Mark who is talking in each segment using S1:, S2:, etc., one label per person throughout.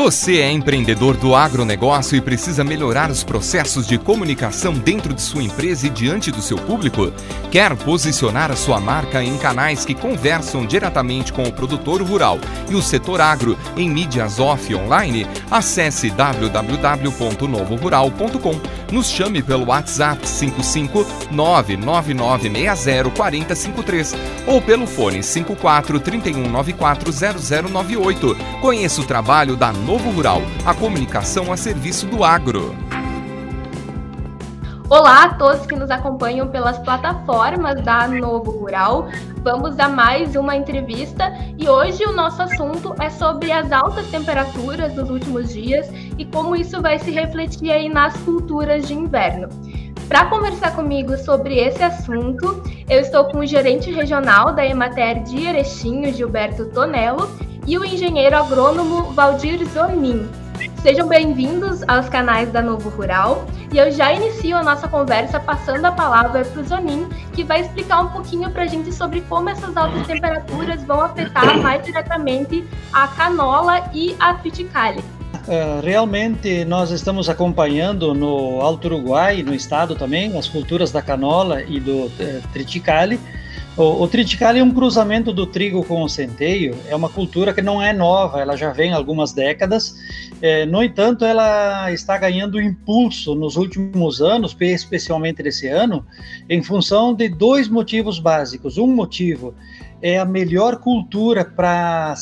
S1: Você é empreendedor do agronegócio e precisa melhorar os processos de comunicação dentro de sua empresa e diante do seu público? Quer posicionar a sua marca em canais que conversam diretamente com o produtor rural e o setor agro em mídias off e online? Acesse www.novorural.com. Nos chame pelo WhatsApp 55 99960 4053 ou pelo fone 54 3194 0098. Conheça o trabalho da Novo Rural, a comunicação a serviço do agro.
S2: Olá a todos que nos acompanham pelas plataformas da Novo Rural. Vamos a mais uma entrevista e hoje o nosso assunto é sobre as altas temperaturas dos últimos dias e como isso vai se refletir aí nas culturas de inverno. Para conversar comigo sobre esse assunto, eu estou com o gerente regional da Emater de Erechim, Gilberto Tonello, e o engenheiro agrônomo Valdir Zonin. Sejam bem-vindos aos canais da Novo Rural e eu já inicio a nossa conversa passando a palavra para o Zonin, que vai explicar um pouquinho para a gente sobre como essas altas temperaturas vão afetar mais diretamente a canola e a triticale.
S3: Realmente nós estamos acompanhando no Alto Uruguai, no estado também, as culturas da canola e do triticale. O triticale é um cruzamento do trigo com o centeio, é uma cultura que não é nova, ela já vem há algumas décadas, no entanto ela está ganhando impulso nos últimos anos, especialmente nesse ano, em função de dois motivos básicos. Um motivo é a melhor cultura para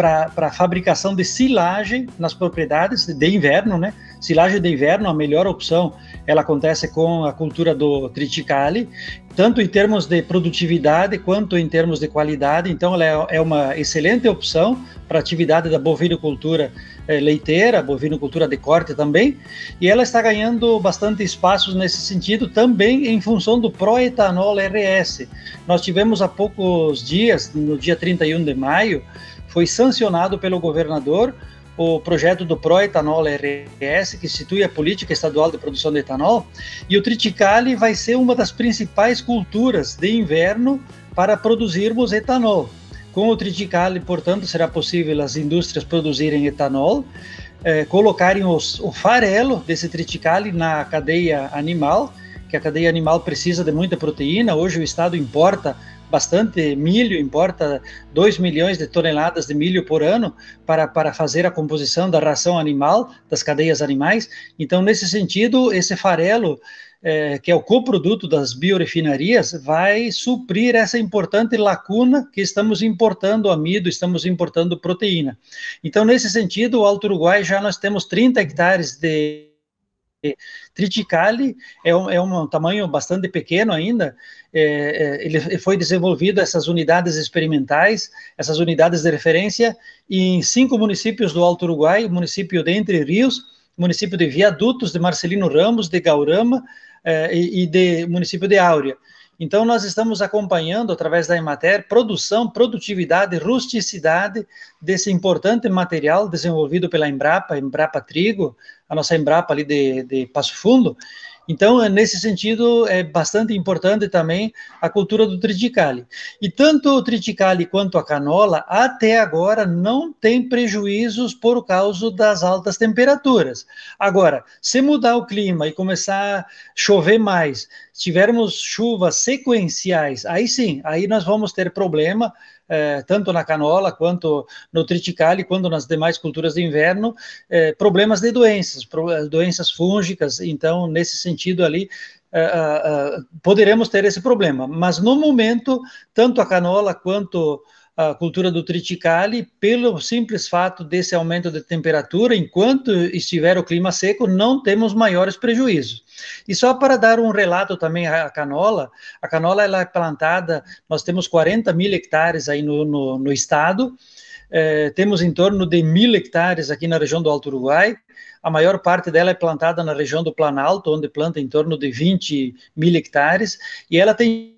S3: a fabricação de silagem nas propriedades de inverno, né? Silagem de inverno, a melhor opção, ela acontece com a cultura do triticale, tanto em termos de produtividade quanto em termos de qualidade. Então ela é uma excelente opção para a atividade da bovinocultura leiteira, bovinocultura de corte também, e ela está ganhando bastante espaço nesse sentido também em função do proetanol RS. Nós tivemos há poucos dias, no dia 31 de maio, foi sancionado pelo governador o projeto do Proetanol RS, que institui a política estadual de produção de etanol, e o triticale vai ser uma das principais culturas de inverno para produzirmos etanol. Com o triticale, portanto, será possível as indústrias produzirem etanol, colocarem o farelo desse triticale na cadeia animal, que a cadeia animal precisa de muita proteína. Hoje o Estado importa bastante milho, importa 2 milhões de toneladas de milho por ano para fazer a composição da ração animal, das cadeias animais. Então, nesse sentido, esse farelo, que é o coproduto das biorefinarias, vai suprir essa importante lacuna que estamos importando amido, estamos importando proteína. Então, nesse sentido, o Alto Uruguai já nós temos 30 hectares de triticale, é um tamanho bastante pequeno ainda. Ele foi desenvolvido, essas unidades experimentais, essas unidades de referência, em 5 municípios do Alto Uruguai: município de Entre Rios, município de Viadutos, de Marcelino Ramos, de Gaurama e de município de Áurea. Então, nós estamos acompanhando, através da Emater, produção, produtividade, rusticidade desse importante material desenvolvido pela Embrapa Trigo, a nossa Embrapa ali de Passo Fundo. Então, nesse sentido, é bastante importante também a cultura do triticale. E tanto o triticale quanto a canola, até agora, não tem prejuízos por causa das altas temperaturas. Agora, se mudar o clima e começar a chover mais, se tivermos chuvas sequenciais, aí sim, aí nós vamos ter problema, tanto na canola, quanto no triticale, quanto nas demais culturas de inverno, problemas de doenças fúngicas. Então, nesse sentido ali, poderemos ter esse problema. Mas, no momento, tanto a canola quanto a cultura do triticale, pelo simples fato desse aumento de temperatura, enquanto estiver o clima seco, não temos maiores prejuízos. E só para dar um relato também, a canola ela é plantada, nós temos 40 mil hectares aí no estado, temos em torno de 1.000 hectares aqui na região do Alto Uruguai. A maior parte dela é plantada na região do Planalto, onde planta em torno de 20 mil hectares, e ela tem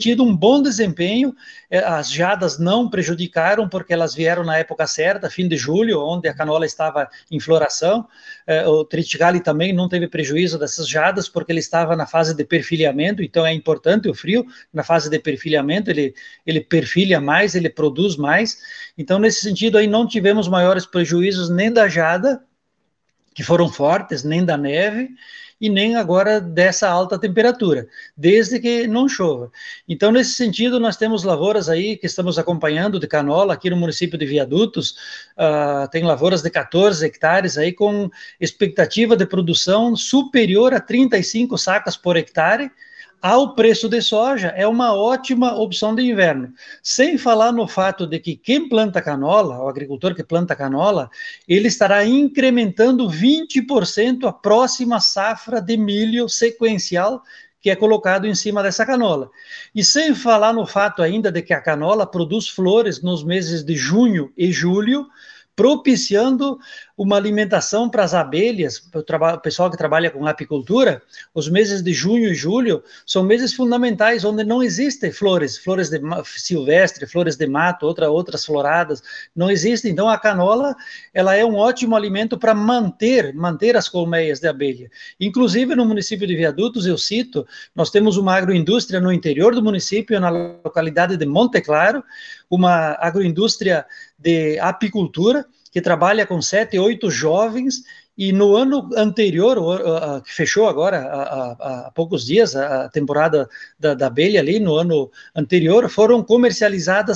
S3: tido um bom desempenho, as geadas não prejudicaram, porque elas vieram na época certa, fim de julho, onde a canola estava em floração. O triticale também não teve prejuízo dessas geadas, porque ele estava na fase de perfilhamento, então é importante o frio, na fase de perfilhamento ele perfilha mais, ele produz mais, então nesse sentido aí não tivemos maiores prejuízos nem da geada, que foram fortes, nem da neve, e nem agora dessa alta temperatura, desde que não chova. Então, nesse sentido, nós temos lavouras aí que estamos acompanhando de canola, aqui no município de Viadutos, tem lavouras de 14 hectares aí com expectativa de produção superior a 35 sacas por hectare. Ao preço de soja, é uma ótima opção de inverno. Sem falar no fato de que quem planta canola, o agricultor que planta canola, ele estará incrementando 20% a próxima safra de milho sequencial que é colocado em cima dessa canola. E sem falar no fato ainda de que a canola produz flores nos meses de junho e julho, propiciando uma alimentação para as abelhas, o pessoal que trabalha com apicultura. Os meses de junho e julho são meses fundamentais, onde não existem flores de silvestre, flores de mato, outras floradas, não existem. Então a canola, ela é um ótimo alimento para manter as colmeias de abelha. Inclusive no município de Viadutos, eu cito, nós temos uma agroindústria no interior do município, na localidade de Monte Claro, uma agroindústria de apicultura, que trabalha com 7, 8 jovens, e no ano anterior, que fechou agora há poucos dias, a temporada da abelha ali, no ano anterior, foram comercializadas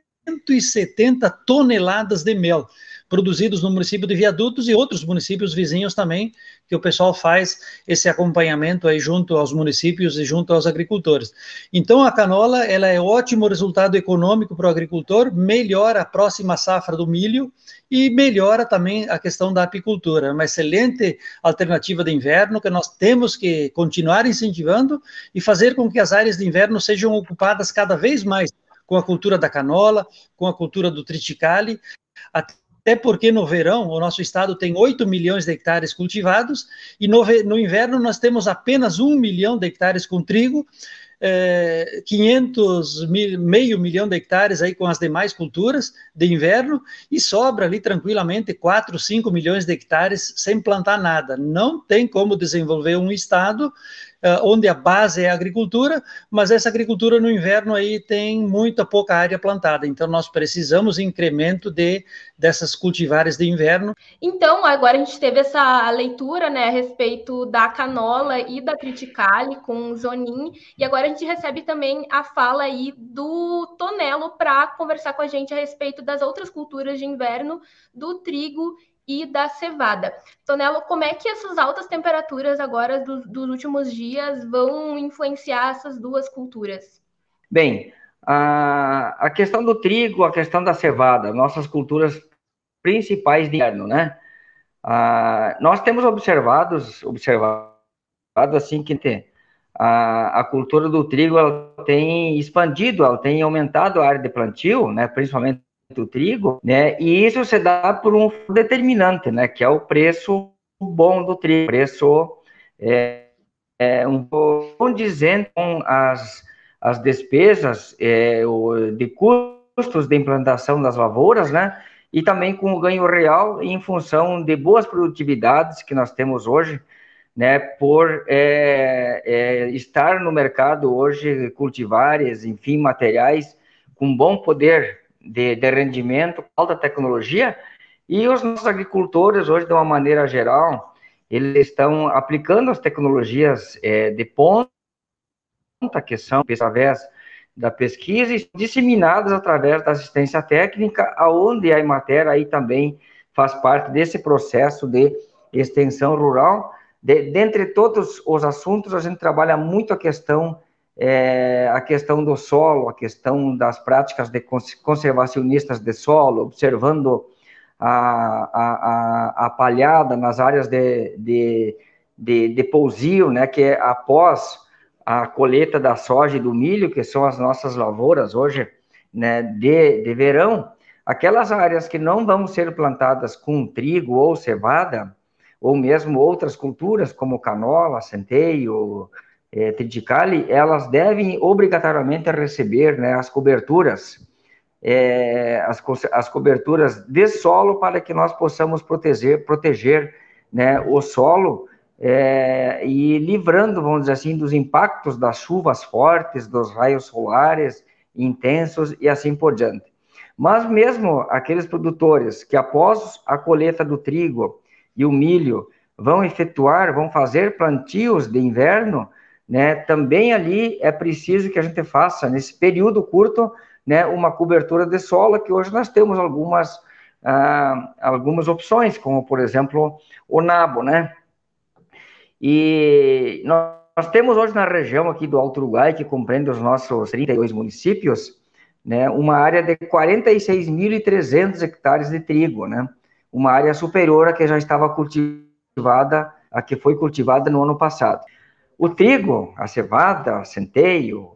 S3: 170 toneladas de mel, produzidos no município de Viadutos e outros municípios vizinhos também, que o pessoal faz esse acompanhamento aí junto aos municípios e junto aos agricultores. Então a canola, ela é ótimo resultado econômico para o agricultor, melhora a próxima safra do milho e melhora também a questão da apicultura. É uma excelente alternativa de inverno que nós temos que continuar incentivando e fazer com que as áreas de inverno sejam ocupadas cada vez mais com a cultura da canola, com a cultura do triticale, até porque no verão o nosso estado tem 8 milhões de hectares cultivados e no inverno nós temos apenas 1 milhão de hectares com trigo, meio milhão de hectares aí com as demais culturas de inverno, e sobra ali tranquilamente 4, 5 milhões de hectares sem plantar nada. Não tem como desenvolver um estado onde a base é a agricultura, mas essa agricultura no inverno aí tem muita pouca área plantada, então nós precisamos incremento dessas cultivares de inverno.
S2: Então, agora a gente teve essa leitura, né, a respeito da canola e da triticale com o Zonin, e agora a gente recebe também a fala aí do Tonelo para conversar com a gente a respeito das outras culturas de inverno, do trigo e da cevada. Tonelo, como é que essas altas temperaturas agora dos últimos dias vão influenciar essas duas culturas?
S4: Bem, a questão do trigo, a questão da cevada, nossas culturas principais de inverno, né? Nós temos observado assim que a cultura do trigo ela tem expandido, ela tem aumentado a área de plantio, né? Principalmente do trigo, né? E isso se dá por um determinante, né? Que é o preço bom do trigo, preço um pouco condizente com as despesas de custos de implantação das lavouras, né? E também com o ganho real em função de boas produtividades que nós temos hoje, né? Por estar no mercado hoje, cultivares, enfim, materiais com bom poder de rendimento, alta tecnologia, e os nossos agricultores hoje, de uma maneira geral, eles estão aplicando as tecnologias de ponta, que são através da pesquisa e disseminadas através da assistência técnica, aonde a Emater aí também faz parte desse processo de extensão rural. Dentre todos os assuntos, a gente trabalha muito a questão do solo, a questão das práticas conservacionistas de solo, observando a palhada nas áreas de pousio, né, que é após a colheita da soja e do milho, que são as nossas lavouras hoje, né, de verão. Aquelas áreas que não vão ser plantadas com trigo ou cevada, ou mesmo outras culturas como canola, centeio, triticale, elas devem obrigatoriamente receber, né, as coberturas, as coberturas de solo para que nós possamos proteger, né, o solo, e livrando, vamos dizer assim, dos impactos das chuvas fortes, dos raios solares intensos e assim por diante. Mas mesmo aqueles produtores que após a colheita do trigo e o milho vão fazer plantios de inverno, né, também ali é preciso que a gente faça, nesse período curto, né, uma cobertura de solo, que hoje nós temos algumas opções, como, por exemplo, o nabo, né? E nós temos hoje na região aqui do Alto Uruguai, que compreende os nossos 32 municípios, né, uma área de 46.300 hectares de trigo, né? Uma área superior à que já estava cultivada, a que foi cultivada no ano passado. O trigo, a cevada, centeio,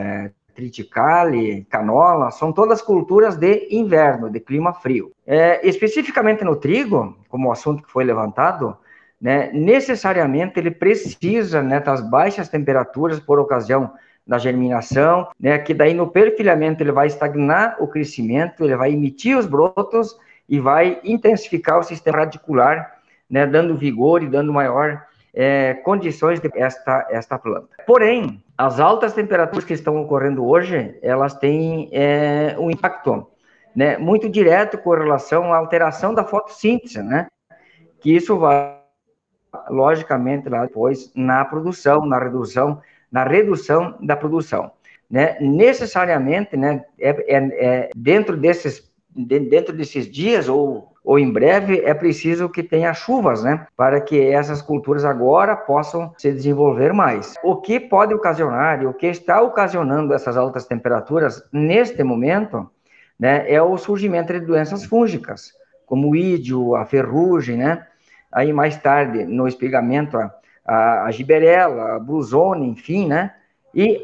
S4: triticale, canola, são todas culturas de inverno, de clima frio. Especificamente no trigo, como o assunto que foi levantado, né, necessariamente ele precisa, né, das baixas temperaturas por ocasião da germinação, né, que daí no perfilhamento ele vai estagnar o crescimento, ele vai emitir os brotos e vai intensificar o sistema radicular, né, dando vigor e dando maior condições de esta planta. Porém, as altas temperaturas que estão ocorrendo hoje, elas têm um impacto, né, muito direto com relação à alteração da fotossíntese, né, que isso vai, logicamente, lá depois na produção, na redução da produção, né, necessariamente, né, dentro desses dias ou em breve, é preciso que tenha chuvas, né, para que essas culturas agora possam se desenvolver mais. O que pode ocasionar e o que está ocasionando essas altas temperaturas neste momento, né, é o surgimento de doenças fúngicas, como o ídio, a ferrugem, né, aí mais tarde, no espigamento, a giberela, a brusone, enfim, né, e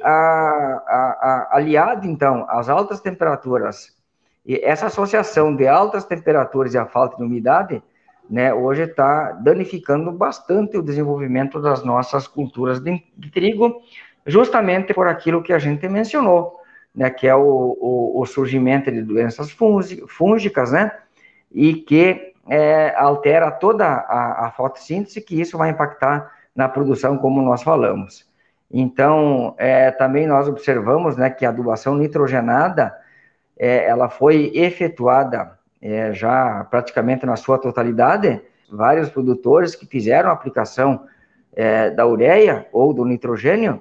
S4: aliado, então, às altas temperaturas. E essa associação de altas temperaturas e a falta de umidade, né, hoje está danificando bastante o desenvolvimento das nossas culturas de trigo, justamente por aquilo que a gente mencionou, né, que é o surgimento de doenças fúngicas, né, e que altera toda a fotossíntese, que isso vai impactar na produção, como nós falamos. Então, também nós observamos, né, que a adubação nitrogenada, ela foi efetuada já praticamente na sua totalidade. Vários produtores que fizeram a aplicação da ureia ou do nitrogênio,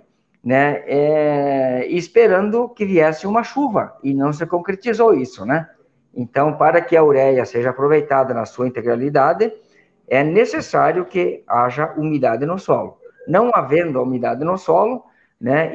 S4: né, esperando que viesse uma chuva, e não se concretizou isso, né? Então, para que a ureia seja aproveitada na sua integralidade, é necessário que haja umidade no solo. Não havendo umidade no solo, né,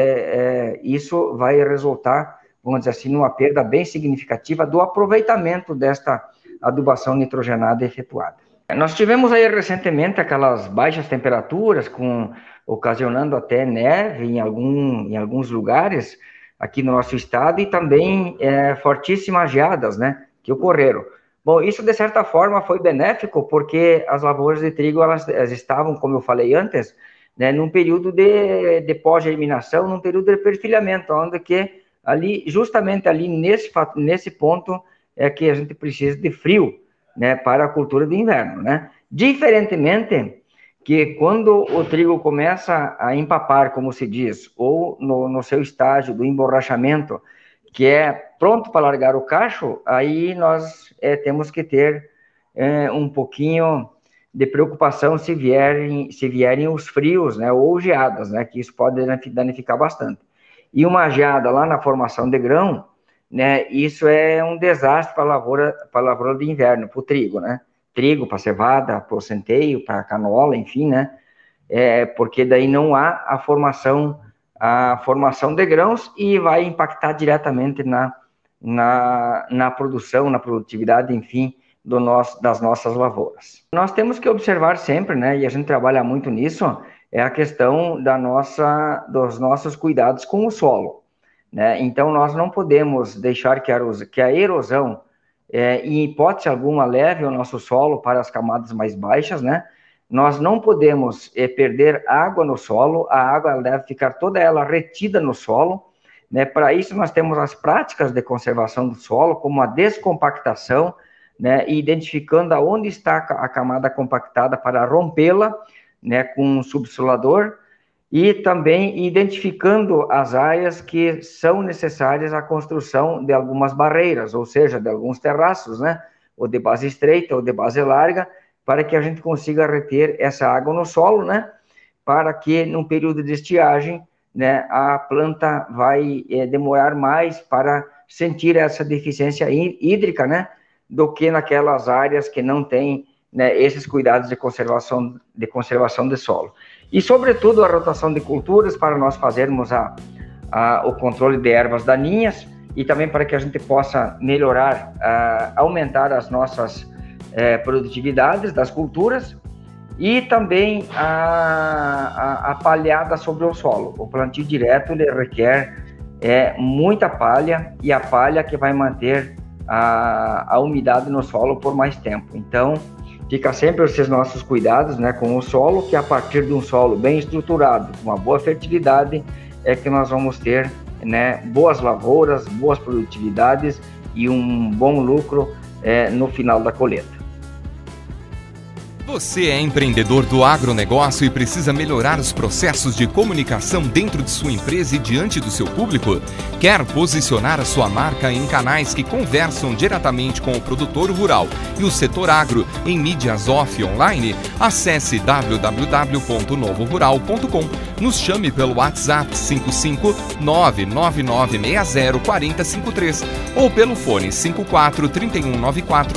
S4: isso vai resultar, vamos dizer assim, numa perda bem significativa do aproveitamento desta adubação nitrogenada efetuada. Nós tivemos aí recentemente aquelas baixas temperaturas, ocasionando até neve em alguns lugares aqui no nosso estado, e também fortíssimas geadas, né, que ocorreram. Bom, isso de certa forma foi benéfico, porque as lavouras de trigo, elas estavam, como eu falei antes, né, num período de pós-germinação, num período de perfilhamento, onde que justamente ali nesse ponto é que a gente precisa de frio, né, para a cultura de inverno, né? Diferentemente que quando o trigo começa a empapar, como se diz, ou no seu estágio do emborrachamento, que é pronto para largar o cacho, aí nós temos que ter um pouquinho de preocupação se vierem os frios, né, ou geadas, né, que isso pode danificar bastante. E uma geada lá na formação de grão, né, isso é um desastre para a lavoura de inverno, para o trigo, né? Trigo, para cevada, para o centeio, para a canola, enfim, né? Porque daí não há a formação de grãos, e vai impactar diretamente na produção, na produtividade, enfim, das nossas lavouras. Nós temos que observar sempre, né, e a gente trabalha muito nisso, é a questão dos nossos cuidados com o solo, né? Então, nós não podemos deixar que a erosão, em hipótese alguma, leve o nosso solo para as camadas mais baixas, né? nós não podemos perder água no solo, a água ela deve ficar toda ela retida no solo, né? Para isso nós temos as práticas de conservação do solo, como a descompactação, né? E identificando aonde está a camada compactada para rompê-la, né? Com um subsolador, e também identificando as áreas que são necessárias à construção de algumas barreiras, ou seja, de alguns terraços, né? Ou de base estreita ou de base larga, para que a gente consiga reter essa água no solo, né? Para que, num período de estiagem, né, a planta vai demorar mais para sentir essa deficiência hídrica, né? Do que naquelas áreas que não têm, né, esses cuidados de conservação de solo. E, sobretudo, a rotação de culturas para nós fazermos o controle de ervas daninhas e também para que a gente possa melhorar, aumentar as nossas produtividades das culturas e também a palhada sobre o solo. O plantio direto ele requer muita palha, e a palha que vai manter a umidade no solo por mais tempo. Então, fica sempre esses nossos cuidados, né, com o solo, que a partir de um solo bem estruturado, com uma boa fertilidade, é que nós vamos ter, né, boas lavouras, boas produtividades e um bom lucro no final da colheita.
S1: Você é empreendedor do agronegócio e precisa melhorar os processos de comunicação dentro de sua empresa e diante do seu público? Quer posicionar a sua marca em canais que conversam diretamente com o produtor rural e o setor agro em mídias off e online? Acesse www.novorural.com. Nos chame pelo WhatsApp 55999604053 ou pelo fone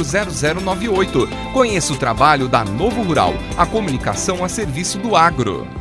S1: 5431940098. Conheça o trabalho da Novo Rural, a comunicação a serviço do agro.